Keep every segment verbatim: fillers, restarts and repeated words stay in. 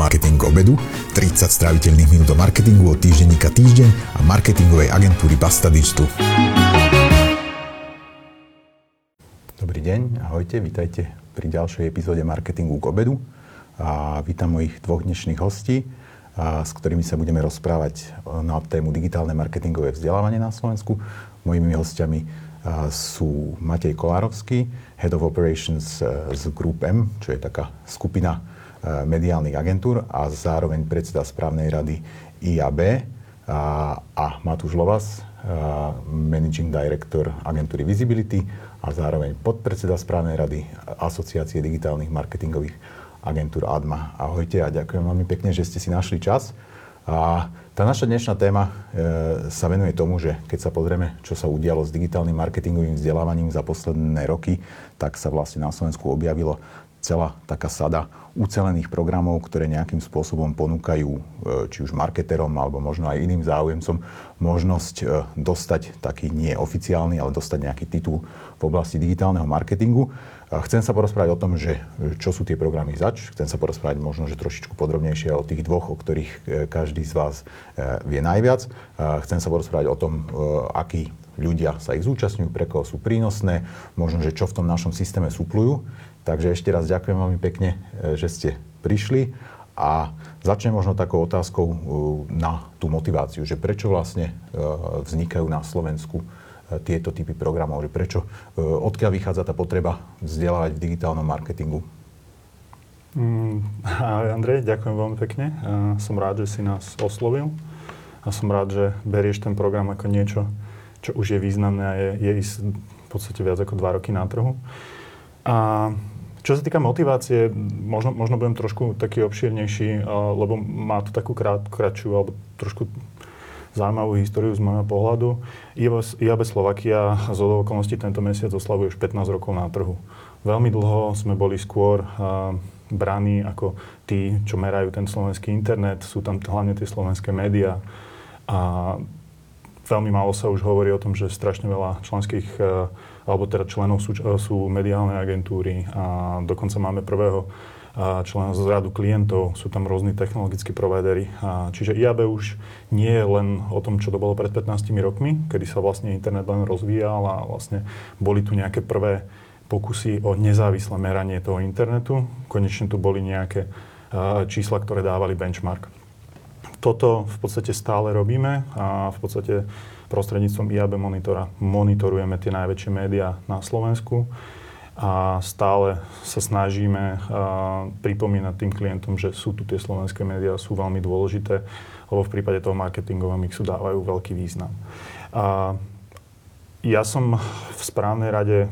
Marketing k obedu, tridsať stráviteľných minút o marketingu od týždenníka Týždeň a marketingovej agentúry Basta Digital. Dobrý deň, ahojte, vítajte pri ďalšej epizóde Marketingu k obedu. A vítam mojich dvoch dnešných hostí, a s ktorými sa budeme rozprávať na tému digitálne marketingové vzdelávanie na Slovensku. Mojimi hostiami sú Matej Kolárovský, Head of Operations z Group M, čo je taká skupina mediálnych agentúr a zároveň predseda správnej rady I A B, a, a Matúš Lovas, Managing Director agentúry Visibility a zároveň podpredseda správnej rady Asociácie digitálnych marketingových agentúr á dé em á. Ahojte a ďakujem veľmi pekne, že ste si našli čas. A tá naša dnešná téma e, sa venuje tomu, že keď sa pozrieme, čo sa udialo s digitálnym marketingovým vzdelávaním za posledné roky, tak sa vlastne na Slovensku objavilo celá taká sada ucelených programov, ktoré nejakým spôsobom ponúkajú či už marketerom alebo možno aj iným záujemcom možnosť dostať taký nie oficiálny, ale dostať nejaký titul v oblasti digitálneho marketingu. Chcem sa porozprávať o tom, že čo sú tie programy zač. Chcem sa porozprávať možno, že trošičku podrobnejšie o tých dvoch, o ktorých každý z vás vie najviac. Chcem sa porozprávať o tom, akí ľudia sa ich zúčastňujú, pre koho sú prínosné, možno, že čo v tom našom systéme suplujú. Takže ešte raz ďakujem veľmi pekne, že ste prišli a začnem možno takou otázkou na tú motiváciu, že prečo vlastne vznikajú na Slovensku tieto typy programov, že prečo, odkiaľ vychádza tá potreba vzdelávať v digitálnom marketingu? Mm, Andrej, ďakujem veľmi pekne. Som rád, že si nás oslovil a som rád, že berieš ten program ako niečo, čo už je významné a je, je ísť v podstate viac ako dva roky na trhu. A čo sa týka motivácie, možno, možno budem trošku taký obšírnejší, lebo má to takú krát, kratšiu alebo trošku zaujímavú históriu z môjho pohľadu. í á bé Slovakia z okolností tento mesiac oslavuje už pätnásť rokov na trhu. Veľmi dlho sme boli skôr braní ako tí, čo merajú ten slovenský internet, sú tam hlavne tie slovenské médiá a veľmi málo sa už hovorí o tom, že strašne veľa členských, alebo teda členov sú, sú mediálne agentúry a dokonca máme prvého člena z radu klientov, sú tam rôzni technologickí providery. Čiže í á bé už nie je len o tom, čo to bolo pred pätnástimi rokmi, kedy sa vlastne internet len rozvíjal a vlastne boli tu nejaké prvé pokusy o nezávislé meranie toho internetu. Konečne tu boli nejaké čísla, ktoré dávali benchmark. Toto v podstate stále robíme a v podstate prostredníctvom í á bé Monitora monitorujeme tie najväčšie médiá na Slovensku a stále sa snažíme pripomínať tým klientom, že sú tu tie slovenské médiá, sú veľmi dôležité, lebo v prípade toho marketingového mixu dávajú veľký význam. A ja som v správnej rade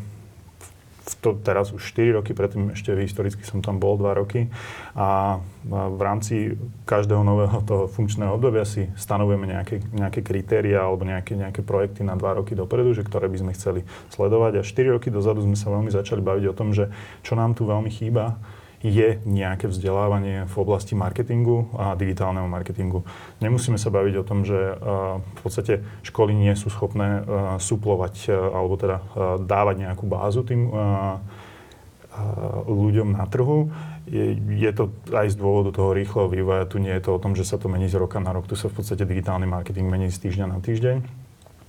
to teraz už štyri roky, predtým ešte historicky som tam bol dva roky a v rámci každého nového toho funkčného obdobia si stanovujeme nejaké, nejaké kritéria alebo nejaké, nejaké projekty na dva roky dopredu, že ktoré by sme chceli sledovať a štyri roky dozadu sme sa veľmi začali baviť o tom, že čo nám tu veľmi chýba, je nejaké vzdelávanie v oblasti marketingu a digitálneho marketingu. Nemusíme sa baviť o tom, že uh, v podstate školy nie sú schopné uh, suplovať uh, alebo teda uh, dávať nejakú bázu tým uh, uh, ľuďom na trhu. Je, je to aj z dôvodu toho rýchleho vývoja. Tu nie je to o tom, že sa to mení z roka na rok. Tu sa v podstate digitálny marketing mení z týždňa na týždeň.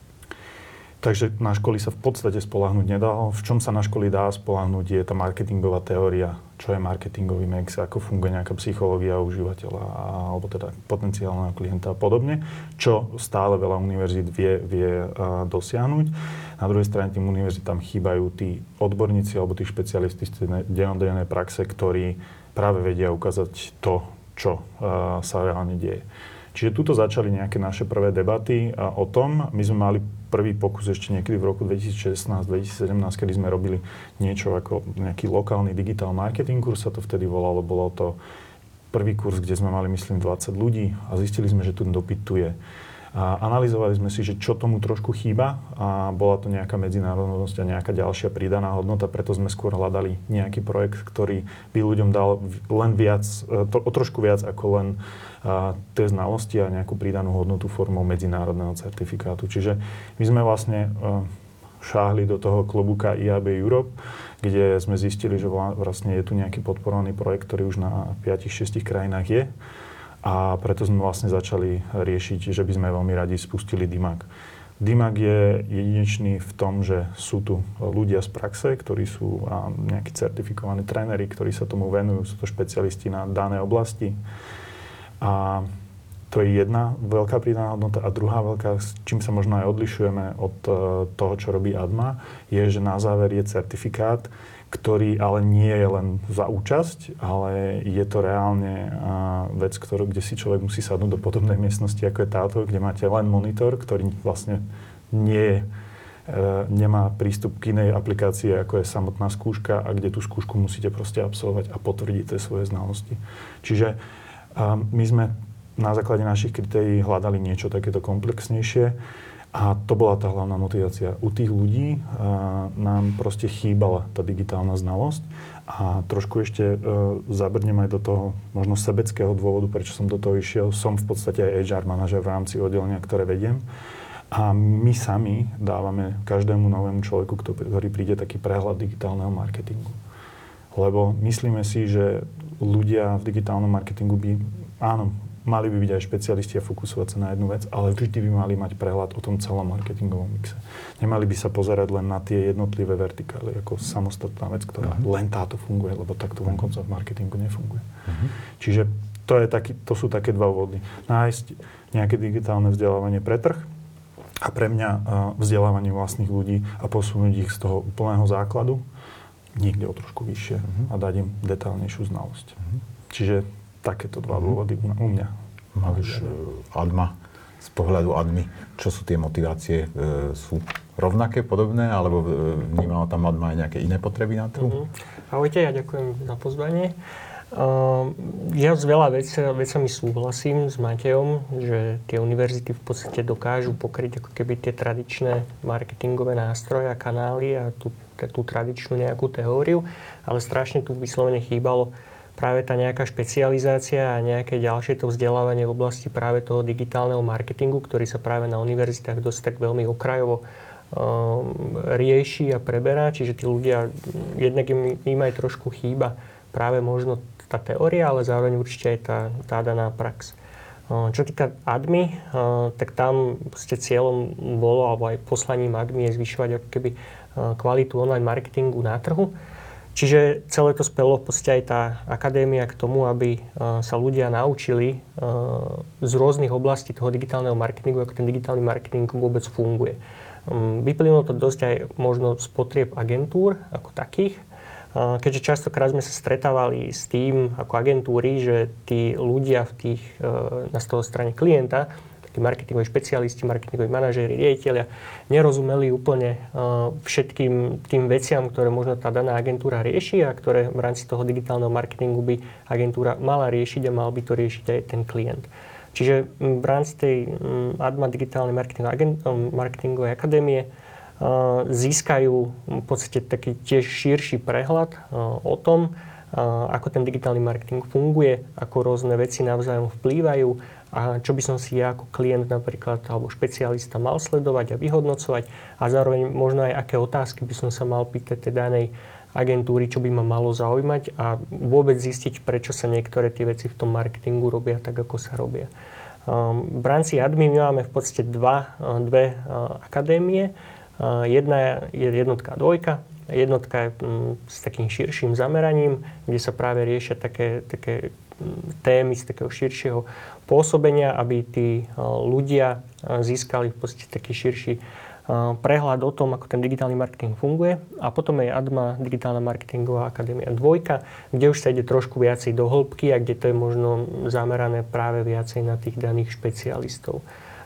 Takže na školy sa v podstate spoľahnúť nedá. V čom sa na školy dá spoľahnúť je tá marketingová teória, čo je marketingový mix, ako funguje nejaká psychológia užívateľa alebo teda potenciálneho klienta a podobne, čo stále veľa univerzít vie, vie uh, dosiahnuť. Na druhej strane tým univerzitám chýbajú tí odborníci alebo tí špecialisti z dennodennej praxe, ktorí práve vedia ukázať to, čo uh, sa reálne deje. Čiže tuto začali nejaké naše prvé debaty uh, o tom. My sme mali prvý pokus ešte niekedy v roku dvetisícšestnásť dvetisícsedemnásť, kedy sme robili niečo ako nejaký lokálny digitál marketing kurz, sa to vtedy volalo. Bolo to prvý kurz, kde sme mali, myslím, dvadsať ľudí a zistili sme, že ten dopyt tu je. A analyzovali sme si, že čo tomu trošku chýba a bola to nejaká medzinárodnosť a nejaká ďalšia pridaná hodnota, preto sme skôr hľadali nejaký projekt, ktorý by ľuďom dal len viac, to, o trošku viac ako len a, tie znalosti a nejakú pridanú hodnotu formou medzinárodného certifikátu. Čiže my sme vlastne a, šáhli do toho klobúka í á bé Europe, kde sme zistili, že vlastne je tu nejaký podporovaný projekt, ktorý už na piatich šiestich krajinách je. A preto sme vlastne začali riešiť, že by sme veľmi radi spustili DIMAG. DIMAG je jedinečný v tom, že sú tu ľudia z praxe, ktorí sú nejakí certifikovaní tréneri, ktorí sa tomu venujú, sú to špecialisti na dané oblasti. A to je jedna veľká pridaná hodnota. A druhá veľká, s čím sa možno aj odlišujeme od toho, čo robí ADMA, je, že na záver je certifikát, ktorý ale nie je len za účasť, ale je to reálne vec, ktorú, kde si človek musí sadnúť do podobnej miestnosti, ako je táto, kde máte len monitor, ktorý vlastne nie je, nemá prístup k inej aplikácii, ako je samotná skúška a kde tú skúšku musíte proste absolvovať a potvrdiť tie svoje znalosti. Čiže my sme na základe našich kritérií hľadali niečo takéto komplexnejšie a to bola tá hlavná motivácia. U tých ľudí a, nám proste chýbala tá digitálna znalosť a trošku ešte e, zabrnem aj do toho možno sebeckého dôvodu, prečo som do toho išiel. Som v podstate aj há er manažer v rámci oddelenia, ktoré vediem a my sami dávame každému novému človeku, ktorý príde, taký prehľad digitálneho marketingu. Lebo myslíme si, že ľudia v digitálnom marketingu by, áno, mali by byť aj špecialisti a fokusovať sa na jednu vec, ale vždy by mali mať prehľad o tom celom marketingovom mixe. Nemali by sa pozerať len na tie jednotlivé vertikály ako samostatná vec, ktorá uh-huh. len táto funguje, lebo takto vonkoncom v marketingu nefunguje. Uh-huh. Čiže to, je taký, to sú také dva vody. Nájsť nejaké digitálne vzdelávanie pre trh a pre mňa vzdelávanie vlastných ľudí a posunúť ich z toho úplného základu niekde o trošku vyššie uh-huh. a dať im detailnejšiu znalosť. Uh-huh. Čiže takéto dva dôvody u mňa. Máš ADMA, z pohľadu ADMY, čo sú tie motivácie? E, sú rovnaké, podobné, alebo vnímala tam ADMA aj nejaké iné potreby na trhu? Mm-hmm. Ahojte, ja ďakujem za pozvanie. Uh, ja s veľa vec, vecami súhlasím s Matejom, že tie univerzity v podstate dokážu pokryť ako keby tie tradičné marketingové nástroje a kanály a tú, tú tradičnú nejakú teóriu, ale strašne tu vyslovene chýbalo práve tá nejaká špecializácia a nejaké ďalšie to vzdelávanie v oblasti práve toho digitálneho marketingu, ktorý sa práve na univerzitách dosť tak veľmi okrajovo um, rieši a preberá. Čiže tí ľudia, jednak im, im aj trošku chýba práve možno tá teória, ale zároveň určite aj tá, tá daná prax. Um, čo týka ADMY, um, tak tam proste cieľom bolo, alebo aj poslaním ADMY je zvyšovať ako keby um, kvalitu online marketingu na trhu. Čiže celé to spelo v podstate aj tá akadémia k tomu, aby uh, sa ľudia naučili uh, z rôznych oblastí toho digitálneho marketingu, ako ten digitálny marketing vôbec funguje. Um, vyplynulo to dosť aj možno z potrieb agentúr ako takých, uh, keďže častokrát sme sa stretávali s tým ako agentúry, že tí ľudia v tých, uh, na z toho strane klienta, tí marketingoví špecialisti, marketingoví manažéri, riaditeľia nerozumeli úplne uh, všetkým tým veciam, ktoré možno tá daná agentúra rieši a ktoré v rámci toho digitálneho marketingu by agentúra mala riešiť a mal by to riešiť aj ten klient. Čiže v rámci tej um, ADMA digitálnej marketing, um, marketingovej akadémie uh, získajú v podstate taký tiež širší prehľad uh, o tom, uh, ako ten digitálny marketing funguje, ako rôzne veci navzájom vplývajú, a čo by som si ja ako klient napríklad alebo špecialista mal sledovať a vyhodnocovať a zároveň možno aj aké otázky by som sa mal pýtať tej danej agentúry, čo by ma malo zaujímať a vôbec zistiť, prečo sa niektoré tie veci v tom marketingu robia tak, ako sa robia. Um, v rámci ADMY my máme v podstate dva, dve uh, akadémie. Uh, jedna je jednotka a dvojka. Jednotka je um, s takým širším zameraním, kde sa práve riešia také, také témy z takého širšieho pôsobenia, aby tí ľudia získali v podstate taký širší prehľad o tom, ako ten digitálny marketing funguje. A potom je ADMA, digitálna marketingová akadémia dvojka, kde už sa ide trošku viacej do hĺbky a kde to je možno zamerané práve viacej na tých daných špecialistov.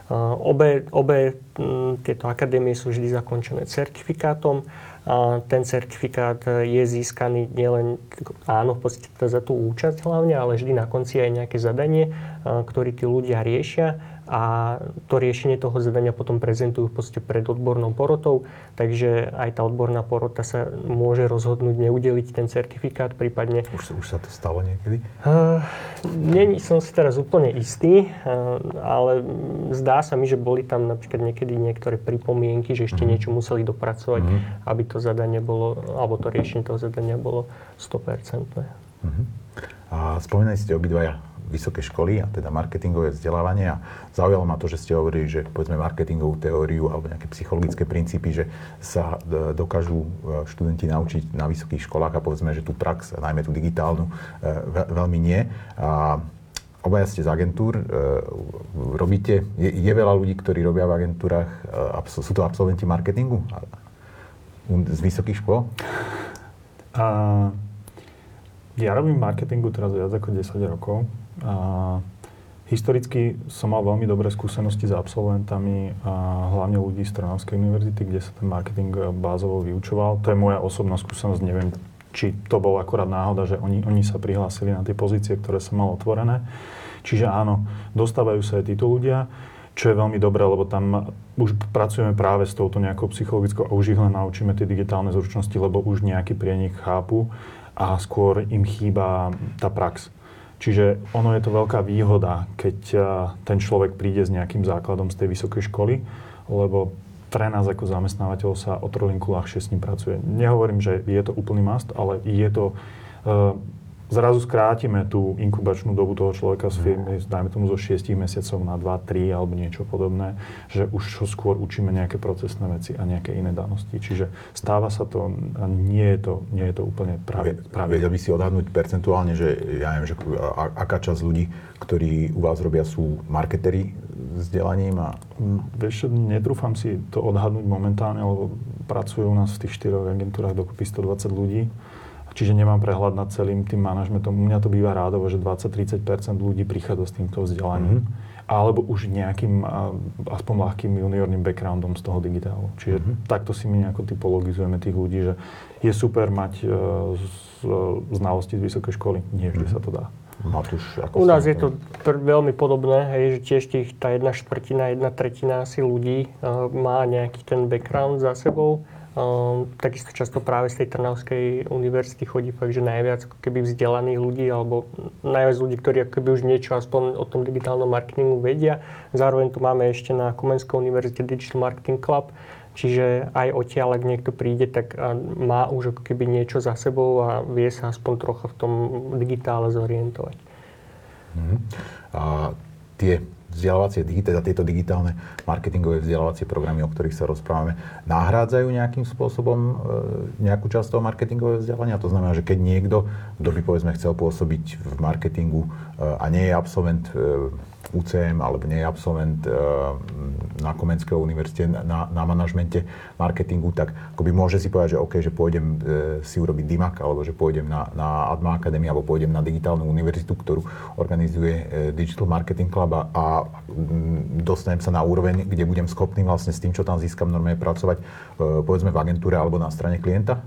Obe, obe tieto akadémie sú vždy zakončené certifikátom. A ten certifikát je získaný nielen, áno, v podstate za tú účasť hlavne, ale vždy na konci aj nejaké zadanie, ktoré tí ľudia riešia. a to riešenie toho zadania potom prezentujú v podstate pred odbornou porotou, takže aj tá odborná porota sa môže rozhodnúť neudeliť ten certifikát, prípadne... Už, už sa to stalo niekedy? Uh, nie som si teraz úplne istý, uh, ale zdá sa mi, že boli tam napríklad niekedy niektoré pripomienky, že ešte mm. niečo museli dopracovať, mm. aby to zadanie bolo, alebo to riešenie toho zadania bolo sto percent. Mm. A spomínali ste obidvaja vysoké školy, a teda marketingové vzdelávanie, a zaujalo ma to, že ste hovorili, že povedzme marketingovú teóriu alebo nejaké psychologické princípy, že sa dokážu študenti naučiť na vysokých školách, a povedzme, že tú prax, najmä tú digitálnu, veľmi nie. A obaja ste z agentúr, robíte, je, je veľa ľudí, ktorí robia v agentúrach, sú to absolventi marketingu z vysokých škôl? Uh, ja robím marketingu teraz viac ako desať rokov. A historicky som mal veľmi dobré skúsenosti s absolventami, a hlavne ľudí z Trnavskej univerzity, kde sa ten marketing bázovo vyučoval. To je moja osobná skúsenosť, neviem, či to bol akorát náhoda, že oni, oni sa prihlásili na tie pozície, ktoré som mal otvorené. Čiže áno, dostávajú sa aj títo ľudia, čo je veľmi dobré, lebo tam už pracujeme práve s touto nejakou psychologickou a už ich len naučíme tie digitálne zručnosti, lebo už nejaký prienik chápu a skôr im chýba tá prax. Čiže ono je to veľká výhoda, keď ten človek príde s nejakým základom z tej vysokej školy, lebo pre nás ako zamestnávateľ sa o trolinku ľahšie s ním pracuje. Nehovorím, že je to úplný must, ale je to... Uh, zrazu skrátime tú inkubačnú dobu toho človeka z firmy, dajme tomu zo šiestich mesiacov na dva, tri alebo niečo podobné, že už čo skôr učíme nejaké procesné veci a nejaké iné danosti. Čiže stáva sa to a nie je to, nie je to úplne práve. Vedel by si odhadnúť percentuálne, že ja neviem, že aká časť ľudí, ktorí u vás robia, sú marketeri vzdelaním? A... Vieš, netrúfam si to odhadnúť momentálne, lebo pracujú u nás v tých štyroch agentúrach dokopy stodvadsať ľudí. Čiže nemám prehľad nad celým tým manažmentom. U mňa to býva rádovo, že dvadsať až tridsať percent ľudí prichádza s týmto vzdelaním. Mm-hmm. Alebo už nejakým, aspoň ľahkým juniorným backgroundom z toho digitálu. Čiže mm-hmm. takto si my nejako typologizujeme tých ľudí, že je super mať uh, z, uh, znalosti z vysokej školy. Nie vždy mm-hmm. sa to dá. Matúš, ako u nás je to pr- veľmi podobné, hej, že tiež tých, tá jedna štvrtina, jedna tretina asi ľudí uh, má nejaký ten background za sebou. Uh, takisto často práve z tej Trnavskej univerzity chodí fakt, že najviac ako keby vzdelaných ľudí, alebo najviac ľudí, ktorí ako keby už niečo aspoň o tom digitálnom marketingu vedia. Zároveň tu máme ešte na Komenskej univerzite Digital Marketing Club, čiže aj odtiaľ, ak niekto príde, tak má už ako keby niečo za sebou a vie sa aspoň trocha v tom digitále zorientovať. Mm-hmm. A tie vzdelávacie, teda tieto digitálne marketingové vzdelávacie programy, o ktorých sa rozprávame, nahrádzajú nejakým spôsobom e, nejakú časť toho marketingového vzdelávania? To znamená, že keď niekto, kto by povedzme chcel pôsobiť v marketingu e, a nie je absolvent e, ú cé em alebo nie je absolvent e, na Komenskej univerzite na, na manažmente marketingu, tak akoby môže si povedať, že OK, že pôjdem e, si urobiť DIMAK, alebo že pôjdem na, na Adma Academy, alebo pôjdem na digitálnu univerzitu, ktorú organizuje e, Digital Marketing Club, a, a m, dostanem sa na úroveň, kde budem schopný vlastne s tým, čo tam získam, normálne pracovať, e, povedzme v agentúre alebo na strane klienta?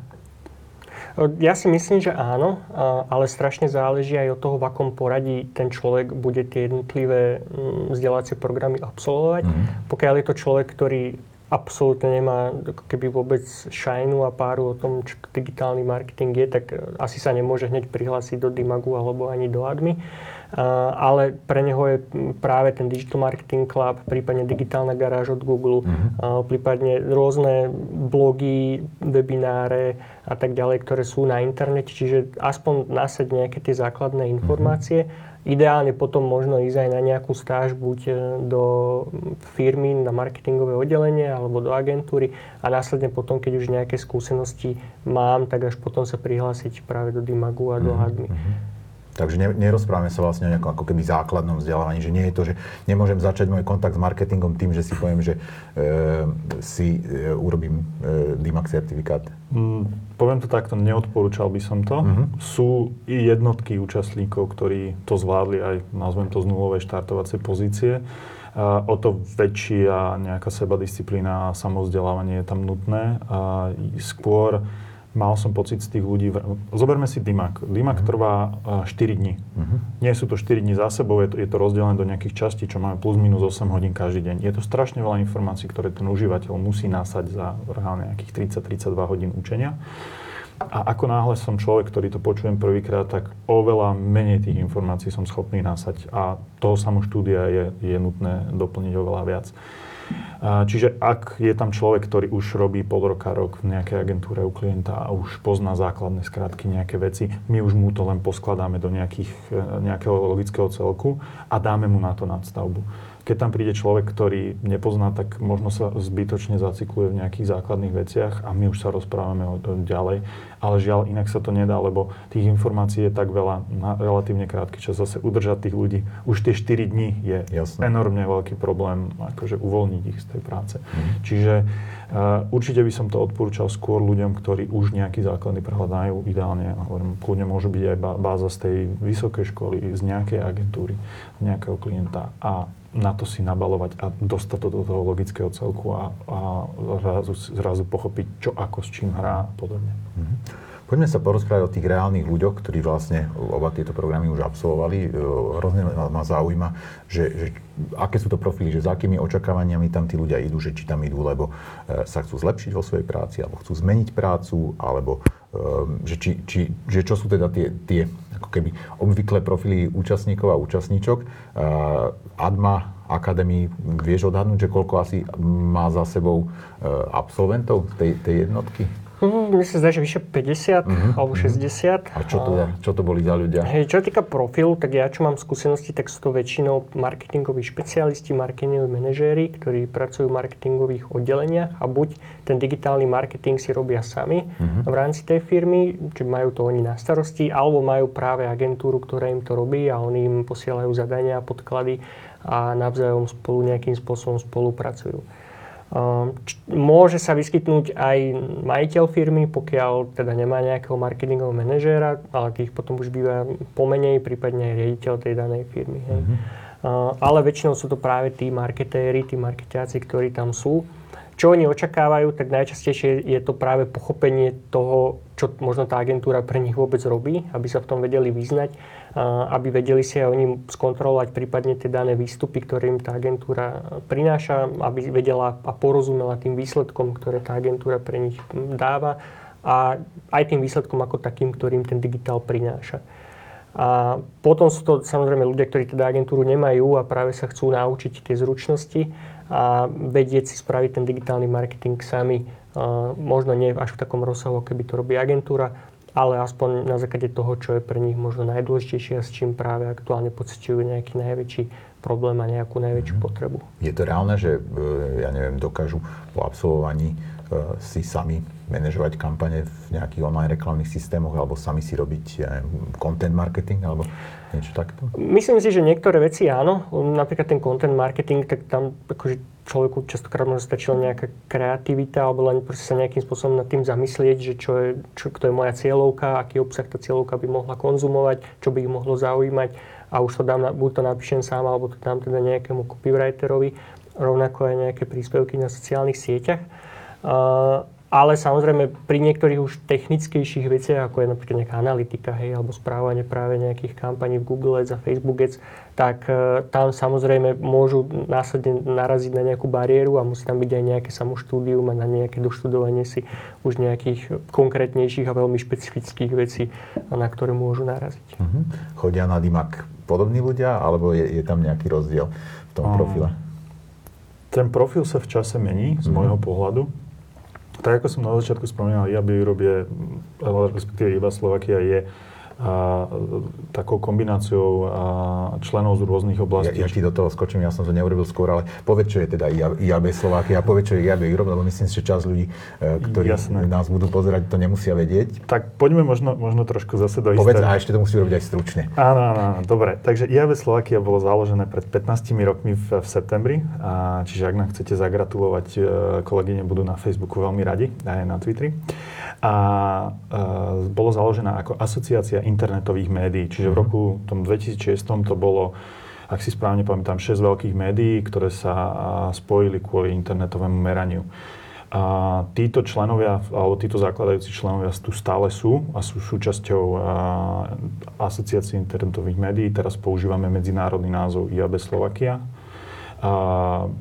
Ja si myslím, že áno, ale strašne záleží aj od toho, v akom poradí ten človek bude tie jednotlivé vzdelávacie programy absolvovať. Mm-hmm. Pokiaľ je to človek, ktorý absolútne nemá keby vôbec šajnu a páru o tom, čo digitálny marketing je, tak asi sa nemôže hneď prihlásiť do DIMAGu alebo ani do Admy. Uh, ale pre neho je práve ten Digital Marketing Club, prípadne digitálna garáž od Google, mm-hmm. uh, prípadne rôzne blogy, webináre a tak ďalej, ktoré sú na internete, čiže aspoň nasať nejaké tie základné informácie. Mm-hmm. Ideálne potom možno ísť aj na nejakú stáž, buď do firmy, na marketingové oddelenie alebo do agentúry, a následne potom, keď už nejaké skúsenosti mám, tak až potom sa prihlásiť práve do DIMAGu a do mm-hmm. Admy. Takže ne, nerozprávame sa vlastne o nejakom ako keby základnom vzdelávaní, že nie je to, že nemôžem začať môj kontakt s marketingom tým, že si poviem, že e, si e, urobím e, DIMAK certifikát. Mm, poviem to takto, neodporúčal by som to. Mm-hmm. Sú i jednotky účastníkov, ktorí to zvládli aj, nazvem to, z nulovej štartovacej pozície. A o to väčšia nejaká sebadisciplína a samovzdelávanie je tam nutné. A skôr mal som pocit z tých ľudí... Zoberme si Dimak. Dimak uh-huh. trvá štyri dni. Uh-huh. Nie sú to štyri dni za sebou, je to, je to rozdelené do nejakých častí, čo máme plus minus osem hodín každý deň. Je to strašne veľa informácií, ktoré ten užívateľ musí nasať za reálne nejakých tridsať tridsaťdva hodín učenia. A ako náhle som človek, ktorý to počujem prvýkrát, tak oveľa menej tých informácií som schopný nasať. A toho samú štúdia je, je nutné doplniť oveľa viac. Čiže ak je tam človek, ktorý už robí pol roka, rok v nejakej agentúre u klienta a už pozná základné skratky, nejaké veci, my už mu to len poskladáme do nejakých, nejakého logického celku a dáme mu na to nadstavbu. Keď tam príde človek, ktorý nepozná, tak možno sa zbytočne zacykluje v nejakých základných veciach a my už sa rozprávame o to ďalej. Ale žiaľ, inak sa to nedá, lebo tých informácií je tak veľa na relatívne krátky čas. Zase udržať tých ľudí už tie štyri dni je Jasne. enormne veľký problém, akože uvoľniť ich z tej práce. Mm. Čiže uh, určite by som to odporúčal skôr ľuďom, ktorí už nejaký základný prehľad majú. Ideálne, hovorím, kľudne môže byť aj báza z tej vysokej školy, z nejakej agentúry, z nejakého klienta a na to si nabalovať a dostať to do toho logického celku a, a zrazu, zrazu pochopiť, čo ako s čím hrá a podobne. Mm-hmm. Poďme sa porozprávať o tých reálnych ľuďoch, ktorí vlastne oba tieto programy už absolvovali. Hrozne ma zaujíma, že, že aké sú to profily, že za akými očakávaniami tam tí ľudia idú, že či tam idú, lebo sa chcú zlepšiť vo svojej práci, alebo chcú zmeniť prácu, alebo že, či, či, že čo sú teda tie, tie ako keby obvyklé profily účastníkov a účastníčok. Adma Academy, vieš odhadnúť, že koľko asi má za sebou absolventov tej, tej jednotky? Mm, mne sa zdá, že vyše päťdesiat mm-hmm. alebo šesťdesiat. A čo to, a, čo to boli za ľudia? Hej, čo týka profilu, tak ja čo mám skúsenosti, tak sú to väčšinou marketingoví špecialisti, marketingoví manažéri, ktorí pracujú v marketingových oddeleniach a buď ten digitálny marketing si robia sami mm-hmm. v rámci tej firmy, či majú to oni na starosti, alebo majú práve agentúru, ktorá im to robí a oni im posielajú zadania, podklady a navzájom spolu nejakým spôsobom spolupracujú. Č- môže sa vyskytnúť aj majiteľ firmy, pokiaľ teda nemá nejakého marketingového manažéra, ale tých potom už býva pomenej, prípadne aj riaditeľ tej danej firmy. Hej. Mm-hmm. Uh, ale väčšinou sú to práve tí marketéri, tí marketiaci, ktorí tam sú. Čo oni očakávajú, tak najčastejšie je to práve pochopenie toho, čo možno tá agentúra pre nich vôbec robí, aby sa v tom vedeli vyznať, aby vedeli si aj oni skontrolovať prípadne tie dané výstupy, ktoré im tá agentúra prináša, aby vedela a porozumela tým výsledkom, ktoré tá agentúra pre nich dáva a aj tým výsledkom ako takým, ktorým ten digitál prináša. A potom sú to samozrejme ľudia, ktorí teda agentúru nemajú a práve sa chcú naučiť tie zručnosti a vedieť si spraviť ten digitálny marketing sami. Uh, možno nie až v takom rozsahu, keby to robí agentúra, ale aspoň na základe toho, čo je pre nich možno najdôležitejšie a s čím práve aktuálne pociťujú nejaký najväčší problém a nejakú najväčšiu mm-hmm. potrebu. Je to reálne, že ja neviem, dokážu po absolvovaní uh, si sami manažovať kampane v nejakých online reklamných systémoch alebo sami si robiť ja neviem, content marketing alebo niečo takto? Myslím si, že niektoré veci áno. Napríklad ten content marketing, tak tam akože človeku častokrát možno stačila nejaká kreativita alebo len proste sa nejakým spôsobom nad tým zamyslieť, že čo je, čo, kto je moja cieľovka, aký obsah tá cieľovka by mohla konzumovať, čo by ich mohlo zaujímať a už to dám, buď to napíšem sám, alebo to dám teda nejakému copywriterovi, rovnako aj nejaké príspevky na sociálnych sieťach. Uh, Ale samozrejme pri niektorých už technickejších veciach, ako je napríklad nejaká analytika, hej, alebo správanie práve nejakých kampaní v Google Ads a Facebook Ads, tak e, tam samozrejme môžu následne naraziť na nejakú bariéru a musí tam byť aj nejaké samoštúdium a na nejaké doštudovanie si už nejakých konkrétnejších a veľmi špecifických vecí, na ktoré môžu naraziť. Uh-huh. Chodia na Dimak podobní ľudia, alebo je, je tam nejaký rozdiel v tom um, profile? Ten profil sa v čase mení z uh-huh. môjho pohľadu. Tak ako som na začiatku spomínal, I A B Europe, respektíve iba Slovakia je a, takou kombináciou a, členov z rôznych oblastí. Ja, ja ti do toho skočím, ja som to neurobil skôr, ale povedz, čo je teda I A B Slovakia a povedz, čo je I A B Europe, lebo myslím si, že časť ľudí, ktorí Jasné. nás budú pozerať, to nemusia vedieť. Tak poďme možno, možno trošku zase do Povedz, a ešte to musí robiť aj stručne. Áno, áno, áno, dobre. Takže I A B Slovakia bolo založené pred pätnástimi rokmi v, v septembri, a čiže ak nám chcete zagratulovať, kolegyne budú na Facebooku veľmi radi, aj na Twitteri. A e, bolo založená ako asociácia internetových médií. Čiže v roku tom dvetisícšesť to bolo, ak si správne pamätám, šesť veľkých médií, ktoré sa spojili kvôli internetovému meraniu. A títo členovia, alebo títo zakladajúci členovia tu stále sú a sú súčasťou a, asociácie internetových médií. Teraz používame medzinárodný názov í á bé Slovakia. A,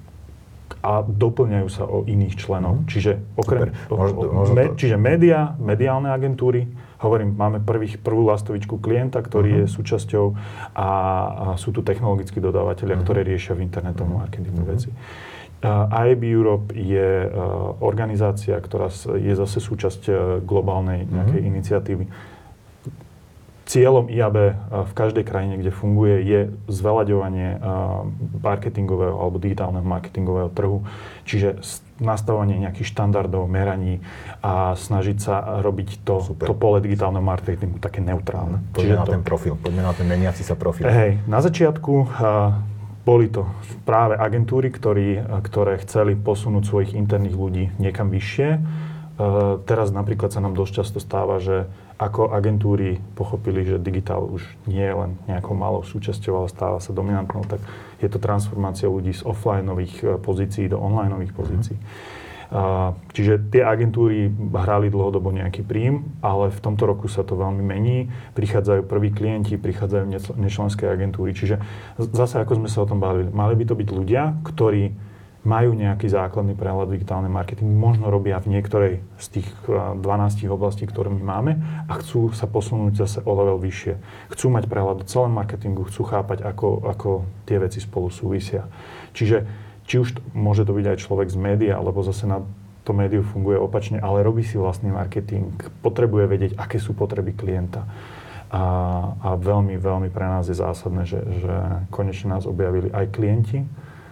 a doplňajú sa o iných členov. Mm. Čiže okrem... Môže, môže me, čiže média, mediálne agentúry, hovorím, máme prvých, prvú lastovičku klienta, ktorý mm. je súčasťou a, a sú tu technologickí dodávateľia, mm. ktoré riešia v internetovom marketingu mm. veci. Uh, í á bé Europe je uh, organizácia, ktorá je zase súčasť uh, globálnej nejakej mm. iniciatívy. Cieľom í á bé v každej krajine, kde funguje, je zveľaďovanie marketingového alebo digitálneho marketingového trhu. Čiže nastavovanie nejakých štandardov, meraní a snažiť sa robiť to, to pole digitálneho marketingu také neutrálne. Poďme na to, ten profil, poďme na ten meniaci sa profil. Hej, na začiatku uh, boli to práve agentúry, ktorí, ktoré chceli posunúť svojich interných ľudí niekam vyššie. Uh, teraz napríklad sa nám dosť často stáva, že ako agentúry pochopili, že digitál už nie je len nejakou malou súčasťou, ale stáva sa dominantnou, tak je to transformácia ľudí z offlineových pozícií do onlineových pozícií. Uh, čiže tie agentúry hrali dlhodobo nejaký príjm, ale v tomto roku sa to veľmi mení. Prichádzajú prví klienti, prichádzajú nečlenské agentúry. Čiže zase, ako sme sa o tom bavili, mali by to byť ľudia, ktorí majú nejaký základný prehľad digitálnej marketingu, možno robia v niektorej z tých dvanástich oblastí, ktoré my máme a chcú sa posunúť zase o level vyššie. Chcú mať prehľad o celom marketingu, chcú chápať, ako, ako tie veci spolu súvisia. Čiže či už môže to byť aj človek z média, alebo zase na to médiu funguje opačne, ale robí si vlastný marketing, potrebuje vedieť, aké sú potreby klienta. A, a veľmi, veľmi pre nás je zásadné, že, že konečne nás objavili aj klienti.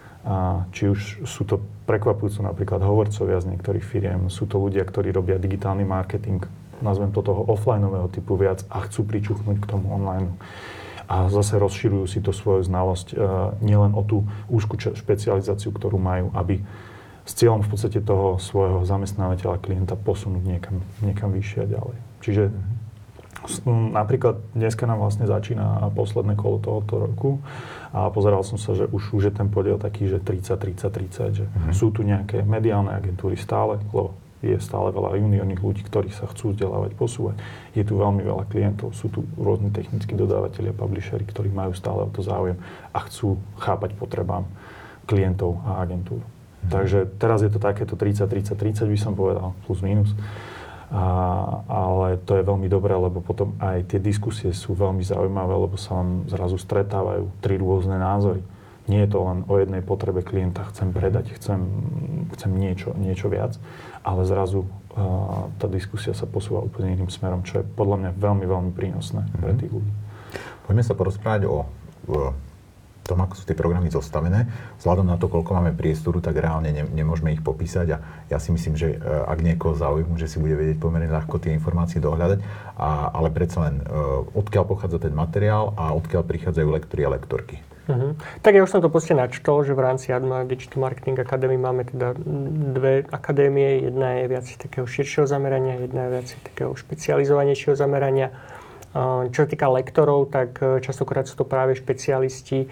A či už sú to prekvapujúco napríklad hovorcovia z niektorých firiem, sú to ľudia, ktorí robia digitálny marketing, nazvem to toho offlineového typu viac a chcú pričuchnúť k tomu online. A zase rozširujú si to svoju znalosť uh, nielen o tú úzku špecializáciu, ktorú majú, aby s cieľom v podstate toho svojho zamestnávateľa, klienta posunúť niekam, niekam vyššie a ďalej. Čiže napríklad dneska nám vlastne začína posledné kolo tohoto roku a pozeral som sa, že už, už je ten podiel taký, že tridsať, tridsať, tridsať, že mm-hmm. sú tu nejaké mediálne agentúry stále, lebo je stále veľa juniorných ľudí, ktorí sa chcú vzdelávať, posúvať. Je tu veľmi veľa klientov, sú tu rôzni technickí dodávateľia, publishery, ktorí majú stále o to záujem a chcú chápať potrebám klientov a agentúr. Mm-hmm. Takže teraz je to takéto tridsať, tridsať, tridsať by som povedal, plus minus. A, ale to je veľmi dobré, lebo potom aj tie diskusie sú veľmi zaujímavé, lebo sa vám zrazu stretávajú tri rôzne názory. Nie je to len o jednej potrebe klienta, chcem predať, chcem, chcem niečo, niečo viac, ale zrazu uh, tá diskusia sa posúva úplne iným smerom, čo je podľa mňa veľmi, veľmi prínosné mm-hmm. pre tých ľudí. Poďme sa porozprávať o, o tom, ako sú tie programy zostavené. Vzhľadom na to, koľko máme priestoru, tak reálne ne, nemôžeme ich popísať a ja si myslím, že ak niekoho zaujímu, že si bude vedieť pomerne ľahko tie informácie dohľadať, a, ale predsa len odkiaľ pochádza ten materiál a odkiaľ prichádzajú lektori a lektorky. Uh-huh. Tak ja už som to proste načtol, že v rámci á dé em á Digital Marketing Academy máme teda dve akadémie. Jedna je viac takého širšieho zamerania, jedna je viac takého špecializovanejšieho zamerania. Čo sa týka lektorov, tak častokrát sú to práve špecialisti,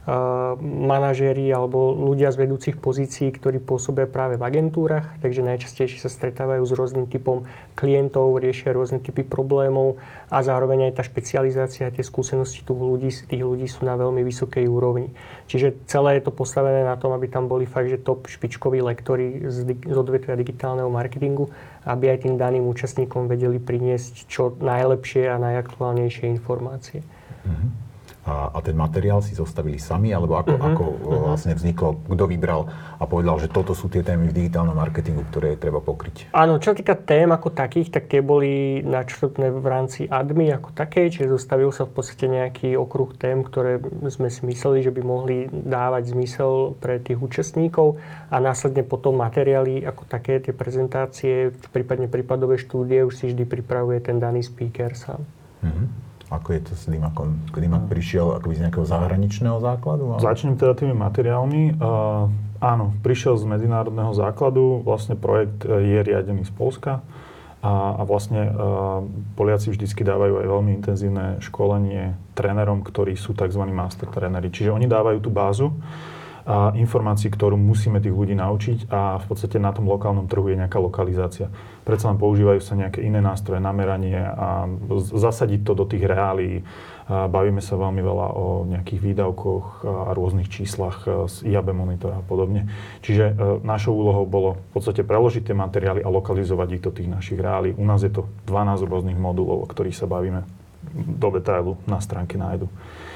manažéri alebo ľudia z vedúcich pozícií, ktorí pôsobia práve v agentúrach, takže najčastejšie sa stretávajú s rôznym typom klientov, riešia rôzne typy problémov a zároveň aj tá špecializácia, tie skúsenosti tých ľudí, tých ľudí sú na veľmi vysokej úrovni. Čiže celé je to postavené na tom, aby tam boli fakt, že top špičkoví lektori z, z odvetvia digitálneho marketingu, aby aj tým daným účastníkom vedeli priniesť čo najlepšie a najaktuálnejšie informácie. Mm-hmm. A, a ten materiál si zostavili sami, alebo ako, uh-huh, ako uh-huh. vlastne vzniklo, kto vybral a povedal, že toto sú tie témy v digitálnom marketingu, ktoré je treba pokryť? Áno, čo týka tém ako takých, tak tie boli načrtnuté v rámci á dé em á ako takej, čiže zostavil sa v podstate nejaký okruh tém, ktoré sme si mysleli, že by mohli dávať zmysel pre tých účastníkov a následne potom materiály ako také, tie prezentácie, prípadne prípadové štúdie už si vždy pripravuje ten daný speaker sám. Uh-huh. Ako je to s Dimakom? Dimak prišiel akoby z nejakého zahraničného základu? Ale... Začnem teda tými materiálmi. Uh, áno, prišiel z medzinárodného základu. Vlastne projekt je riadený z Poľska. A, a vlastne uh, Poliaci vždycky dávajú aj veľmi intenzívne školenie trénerom, ktorí sú tzv. Master tréneri. Čiže oni dávajú tú bázu. a informácií, ktorú musíme tých ľudí naučiť a v podstate na tom lokálnom trhu je nejaká lokalizácia. Predsa len používajú sa nejaké iné nástroje na meranie a zasadiť to do tých reálií. Bavíme sa veľmi veľa o nejakých výdavkoch a rôznych číslach z í á bé monitora a podobne. Čiže našou úlohou bolo v podstate preložiť tie materiály a lokalizovať ich do tých našich reálií. U nás je to dvanásť rôznych modulov, o ktorých sa bavíme do detailu, na stránke nájdu.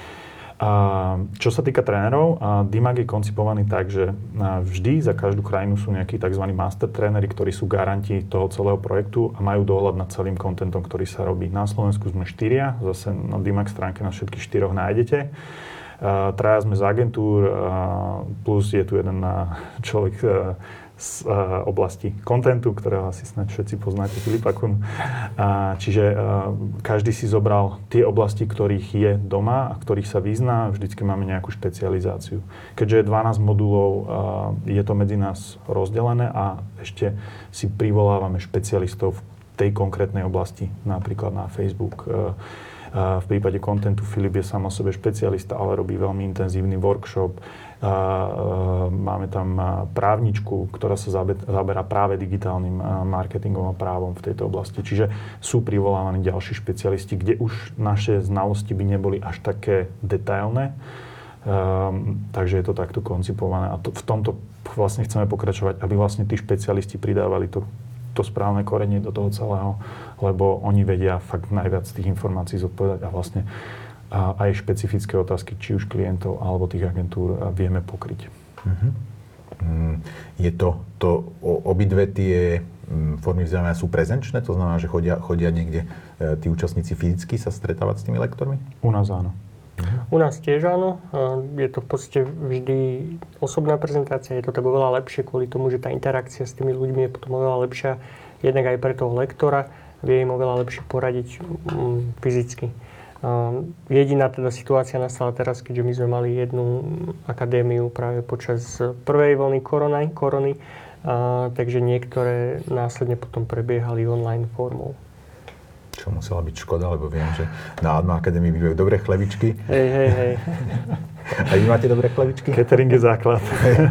A čo sa týka trénerov, dé í em á gé je koncipovaný tak, že vždy za každú krajinu sú nejakí tzv. Master tréneri, ktorí sú garanti toho celého projektu a majú dohľad nad celým kontentom, ktorý sa robí. Na Slovensku sme štyria, zase na dé í em á gé stránke na všetkých štyroch nájdete. Uh, traja sme z agentúr, uh, plus je tu jeden uh, človek uh, z uh, oblasti kontentu, ktorého asi snáď všetci poznáte, Filipa Kun. Uh, čiže uh, každý si zobral tie oblasti, ktorých je doma a ktorých sa vyzná. Vždycky máme nejakú špecializáciu. Keďže je dvanásť modulov, uh, je to medzi nás rozdelené a ešte si privolávame špecialistov v tej konkrétnej oblasti, napríklad na Facebook. Uh, V prípade kontentu Filip je sám o sebe špecialista, ale robí veľmi intenzívny workshop. Máme tam právničku, ktorá sa zaberá práve digitálnym marketingom a právom v tejto oblasti. Čiže sú privolávaní ďalší špecialisti, kde už naše znalosti by neboli až také detailné. Takže je to takto koncipované a to, v tomto vlastne chceme pokračovať, aby vlastne tí špecialisti pridávali to to správne korenie do toho celého, lebo oni vedia fakt najviac tých informácií zodpovedať a vlastne a aj špecifické otázky, či už klientov alebo tých agentúr vieme pokryť. Uh-huh. Je to, to obidve tie formy vzdelávania sú prezenčné? To znamená, že chodia, chodia niekde tí účastníci fyzicky sa stretávať s tými lektormi? U nás áno. U nás tiež áno. Je to v podstate vždy osobná prezentácia. Je to tak oveľa lepšie kvôli tomu, že tá interakcia s tými ľuďmi je potom oveľa lepšia. Jednak aj pre toho lektora. Vie im oveľa lepšie poradiť um, fyzicky. Um, jediná teda situácia nastala teraz, keďže my sme mali jednu akadémiu práve počas prvej vlny korony, korony uh, takže niektoré následne potom prebiehali online formou. Čo musela byť škoda, lebo viem, že na Adma Akadémii bývajú dobré chlebičky. Hej, hej, hej. A vy máte dobré chlebičky? Catering je základ.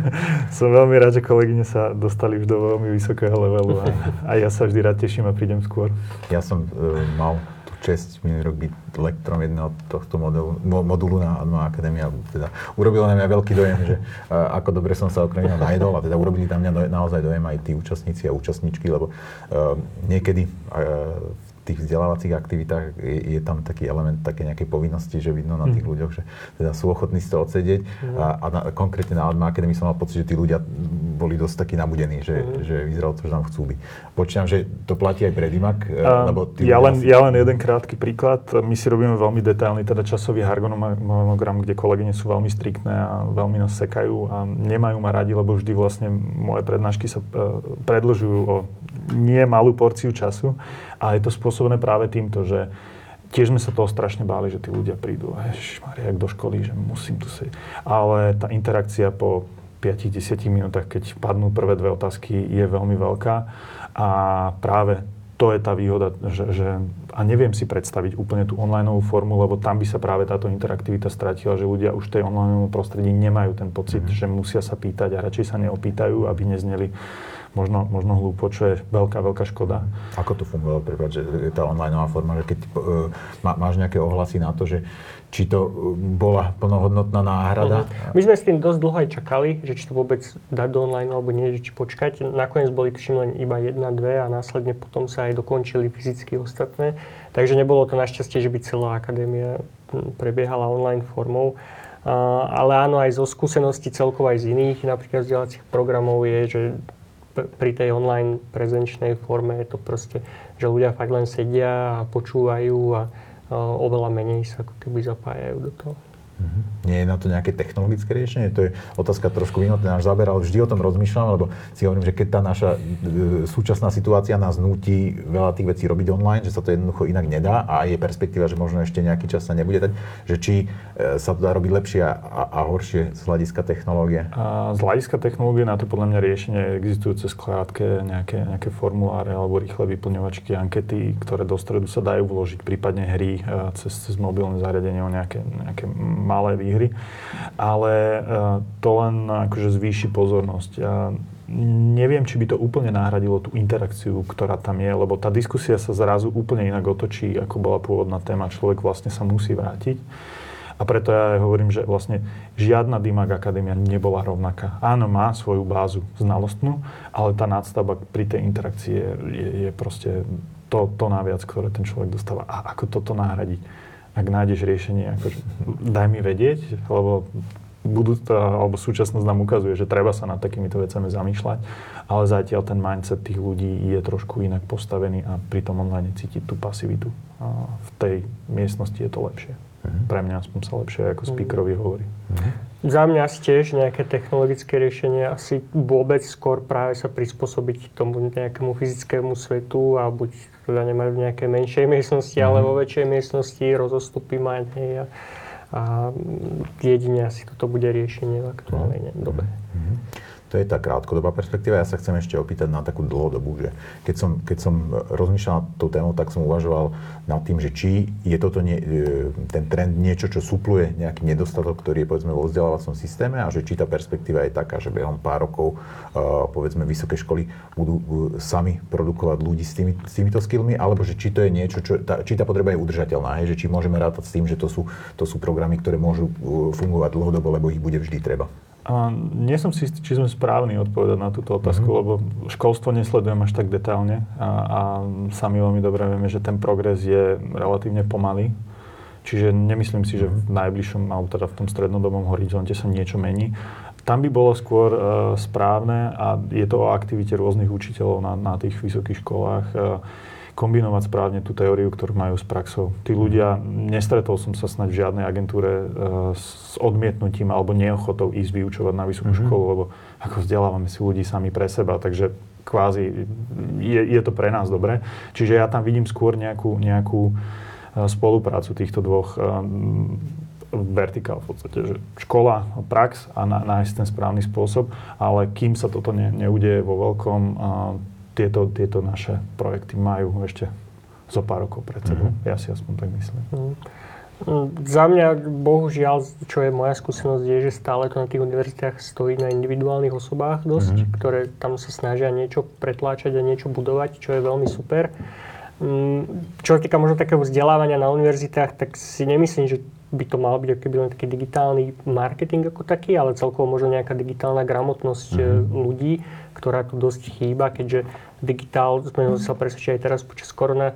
Som veľmi rád, že kolegyne sa dostali už do veľmi vysokého levelu a, a ja sa vždy rád teším a prídem skôr. Ja som uh, mal tú česť minulý rok byť lektorom jedného tohto modulu, modulu na Adma Akadémii a teda urobilo na mňa veľký dojem, že uh, ako dobre som sa okrem iného najedol a teda urobili na mňa do, naozaj dojem aj tí účastníci a účastníčky, lebo uh, niekedy uh, v tých vzdelávacích aktivitách je, je tam taký element také nejakej povinnosti, že vidno na tých mm. ľuďoch, že teda sú ochotní si to odsedieť. Mm. A, a na, konkrétne na Adma Akadémii som mal pocit, že tí ľudia boli dosť takí nabudení, že, mm. že vyzeralo to, že tam chcú byť. Počítam, že to platí aj pre dé í em á gé? Uh, lebo ja, len, ja len jeden krátky príklad. My si robíme veľmi detailný teda časový harmonogram, kde kolegyne sú veľmi striktné a veľmi nás sekajú a nemajú ma radi, lebo vždy vlastne moje prednášky sa uh, predĺžujú o nie malú porciu času. A je to spôsobené práve týmto, že tiež sme sa toho strašne báli, že tí ľudia prídu a ježišmaria, jak do školy, že musím tu sedieť. Ale tá interakcia po päť až desať minútach, keď padnú prvé dve otázky, je veľmi veľká. A práve to je tá výhoda, že, že a neviem si predstaviť úplne tú onlineovú formu, lebo tam by sa práve táto interaktivita stratila, že ľudia už v tej onlineovom prostredí nemajú ten pocit, mm. že musia sa pýtať a radšej sa neopýtajú, aby nezneli Možno, možno hlúpo, čo je veľká, veľká škoda. Ako to fungovalo, prepáč, že je tá onlineová forma, že keď uh, má, máš nejaké ohlasy na to, že či to bola plnohodnotná náhrada? Uh-huh. My sme s tým dosť dlho aj čakali, že či to vôbec dať do online alebo nie, že či počkať. Nakoniec boli tuším len iba jedna, dve a následne potom sa aj dokončili fyzicky ostatné. Takže nebolo to našťastie, že by celá akadémia prebiehala online formou. Uh, ale áno, aj zo skúseností celkovo aj z iných napríklad vzdelávacích programov je, že pri tej online prezenčnej forme je to proste, že ľudia fakt len sedia a počúvajú a, a oveľa menej sa ako keby zapájajú do toho. Mm-hmm. Nie je na to nejaké technologické riešenie? To je otázka trošku mimo ten náš záber, ale vždy o tom rozmýšľam, lebo si hovorím, že keď tá naša e, súčasná situácia nás núti veľa tých vecí robiť online, že sa to jednoducho inak nedá a je perspektíva, že možno ešte nejaký čas sa nebude dať, že či e, sa to dá robiť lepšie a, a horšie z hľadiska technológie? A z hľadiska technológie na to podľa mňa riešenie existujú cez krátke nejaké, nejaké formuláre alebo rýchle vyplňovačky, ankety, ktoré do stredu sa dajú vložiť, prípadne hry e, cez, cez mobilné zariadenie o nejaké, nejaké malé výhry, ale to len akože zvýši pozornosť. Ja neviem, či by to úplne nahradilo tú interakciu, ktorá tam je, lebo tá diskusia sa zrazu úplne inak otočí, ako bola pôvodná téma. Človek vlastne sa musí vrátiť. A preto ja aj hovorím, že vlastne žiadna DIMAG akadémia nebola rovnaká. Áno, má svoju bázu znalostnú, ale tá nadstavba pri tej interakcii je, je, je proste to, to naviac, ktoré ten človek dostáva. A ako toto nahradiť? Ak nájdeš riešenie, akože daj mi vedieť, lebo budúca, alebo súčasnosť nám ukazuje, že treba sa nad takýmito vecami zamýšľať, ale zatiaľ ten mindset tých ľudí je trošku inak postavený a pri tom online cítiť tú pasivitu. A v tej miestnosti je to lepšie. Uh-huh. Pre mňa aspoň sa lepšie ako speakerovi hovorí. Uh-huh. Za mňa asi tiež nejaké technologické riešenie asi vôbec skôr práve sa prispôsobiť tomu nejakému fyzickému svetu a buď teda nemajú v nejakej menšej miestnosti, uh-huh. ale vo väčšej miestnosti rozostupy mať. Hej, a, a jedine asi toto bude riešenie v aktuálnej uh-huh. dobe. Uh-huh. To je tá krátkodobá perspektíva. Ja sa chcem ešte opýtať na takú dlhodobú, že keď som, keď som rozmýšľal nad tou témou, tak som uvažoval nad tým, že či je toto nie, ten trend niečo, čo supluje nejaký nedostatok, ktorý je povedzme vo vzdelávacom systéme a že či tá perspektíva je taká, že behom pár rokov povedzme vysoké školy budú sami produkovať ľudí s, tými, s týmito skillmi, alebo že či to je niečo, čo, tá, či tá potreba je udržateľná, hej? Že či môžeme rátať s tým, že to sú, to sú programy, ktoré môžu fungovať dlhodobo, lebo ich bude vždy treba. A nie som si istý, či sme správni odpovedať na túto otázku, mm-hmm. lebo školstvo nesledujem až tak detailne a, a sami veľmi dobre vieme, že ten progres je relatívne pomalý. Čiže nemyslím si, že v najbližšom, alebo teda v tom strednodobom horizonte sa niečo mení. Tam by bolo skôr uh, správne, a je to o aktivite rôznych učiteľov na, na tých vysokých školách, uh, kombinovať správne tú teóriu, ktorú majú s praxou. Tí ľudia, nestretol som sa snáď v žiadnej agentúre e, s odmietnutím alebo neochotou ísť vyučovať na vysokú mm-hmm. školu, lebo ako vzdelávame si ľudí sami pre seba, takže kvázi je, je to pre nás dobré. Čiže ja tam vidím skôr nejakú, nejakú spoluprácu týchto dvoch um, vertikál v podstate, že škola, prax a nájsť ten správny spôsob, ale kým sa toto ne, neudeje vo veľkom, uh, Tieto, tieto naše projekty majú ešte zo pár rokov pred sebou. Mm-hmm. Ja si aspoň tak myslím. Mm. Za mňa, bohužiaľ, čo je moja skúsenosť, je, že stále to na tých univerzitách stojí na individuálnych osobách dosť, mm-hmm. ktoré tam sa snažia niečo pretláčať a niečo budovať, čo je veľmi super. Čo sa týka možno takého vzdelávania na univerzitách, tak si nemyslím, že by to mal byť akýby len taký digitálny marketing ako taký, ale celkovo možno nejaká digitálna gramotnosť mm-hmm. ľudí, ktorá tu dosť chýba, keďže digitál, sme sa presvedčiť aj teraz počas korona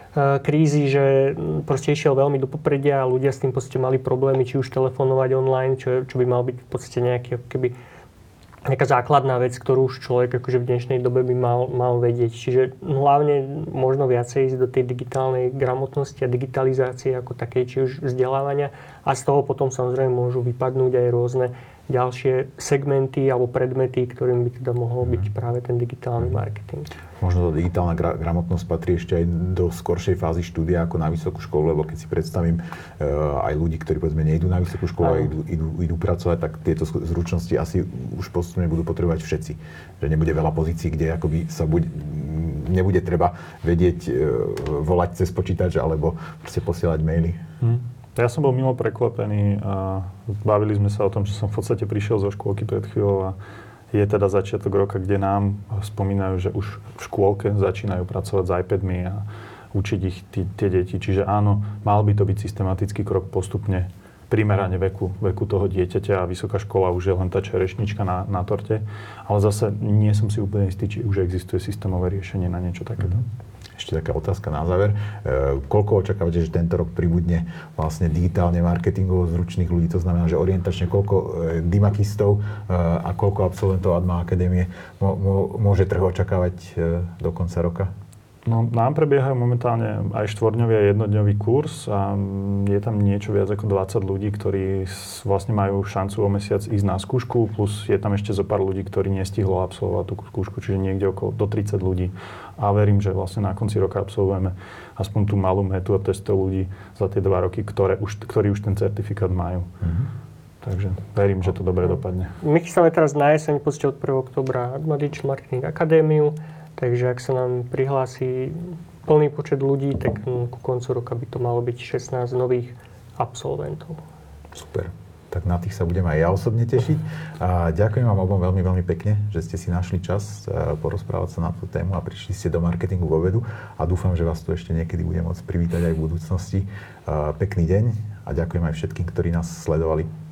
krízy, že proste išiel veľmi do popredia a ľudia s tým podstate mali problémy, či už telefonovať online, čo, čo by mal byť v podstate nejaký, keby, nejaká základná vec, ktorú už človek akože v dnešnej dobe by mal, mal vedieť. Čiže hlavne možno viacej ísť do tej digitálnej gramotnosti a digitalizácie ako takej, či už vzdelávania. A z toho potom samozrejme môžu vypadnúť aj rôzne ďalšie segmenty alebo predmety, ktorým by teda mohol byť práve ten digitálny marketing. Možno tá digitálna gra- gramotnosť patrí ešte aj do skoršej fázy štúdia ako na vysokú školu, lebo keď si predstavím uh, aj ľudí, ktorí povedzme nejdú na vysokú školu a idú, idú, idú pracovať, tak tieto zručnosti asi už postupne budú potrebovať všetci. Že nebude veľa pozícií, kde akoby sa bude, nebude treba vedieť uh, volať cez počítač alebo proste posielať maily. Hmm. Ja som bol milo prekvapený a bavili sme sa o tom, že som v podstate prišiel zo škôlky pred chvíľou a je teda začiatok roka, kde nám spomínajú, že už v škôlke začínajú pracovať s iPadmi a učiť ich tí, tie deti. Čiže áno, mal by to byť systematický krok postupne primerane veku, veku toho dieťaťa a vysoká škola už je len tá čerešnička na, na torte. Ale zase nie som si úplne istý, či už existuje systémové riešenie na niečo takéto. Mm-hmm. Ešte taká otázka na záver. E, koľko očakávate, že tento rok pribudne vlastne digitálne marketingovo zručných ľudí? To znamená, že orientačne koľko e, dimakistov e, a koľko absolventov Adma Akadémie mo, mo, môže trh očakávať e, do konca roka? No, nám prebiehajú momentálne aj štvorňový a jednodňový kurz a je tam niečo viac ako dvadsať ľudí, ktorí vlastne majú šancu o mesiac ísť na skúšku, plus je tam ešte zo pár ľudí, ktorí nestihlo absolvovať tú skúšku, čiže niekde okolo do tridsať ľudí. A verím, že vlastne na konci roka absolvujeme aspoň tú malú metu a testov ľudí za tie dva roky, ktoré už, ktorí už ten certifikát majú. Mm-hmm. Takže verím, že to dobre dopadne. My chystáme teraz na jeseň, v podstate od prvého októbra Digital Marketing Akadémiu. Takže ak sa nám prihlási plný počet ľudí, tak ku koncu roka by to malo byť šestnásť nových absolventov. Super. Tak na tých sa budem aj ja osobne tešiť. A ďakujem vám obom veľmi, veľmi pekne, že ste si našli čas porozprávať sa na tú tému a prišli ste do Marketingu k obedu a dúfam, že vás tu ešte niekedy budem môcť privítať aj v budúcnosti. Pekný deň a ďakujem aj všetkým, ktorí nás sledovali.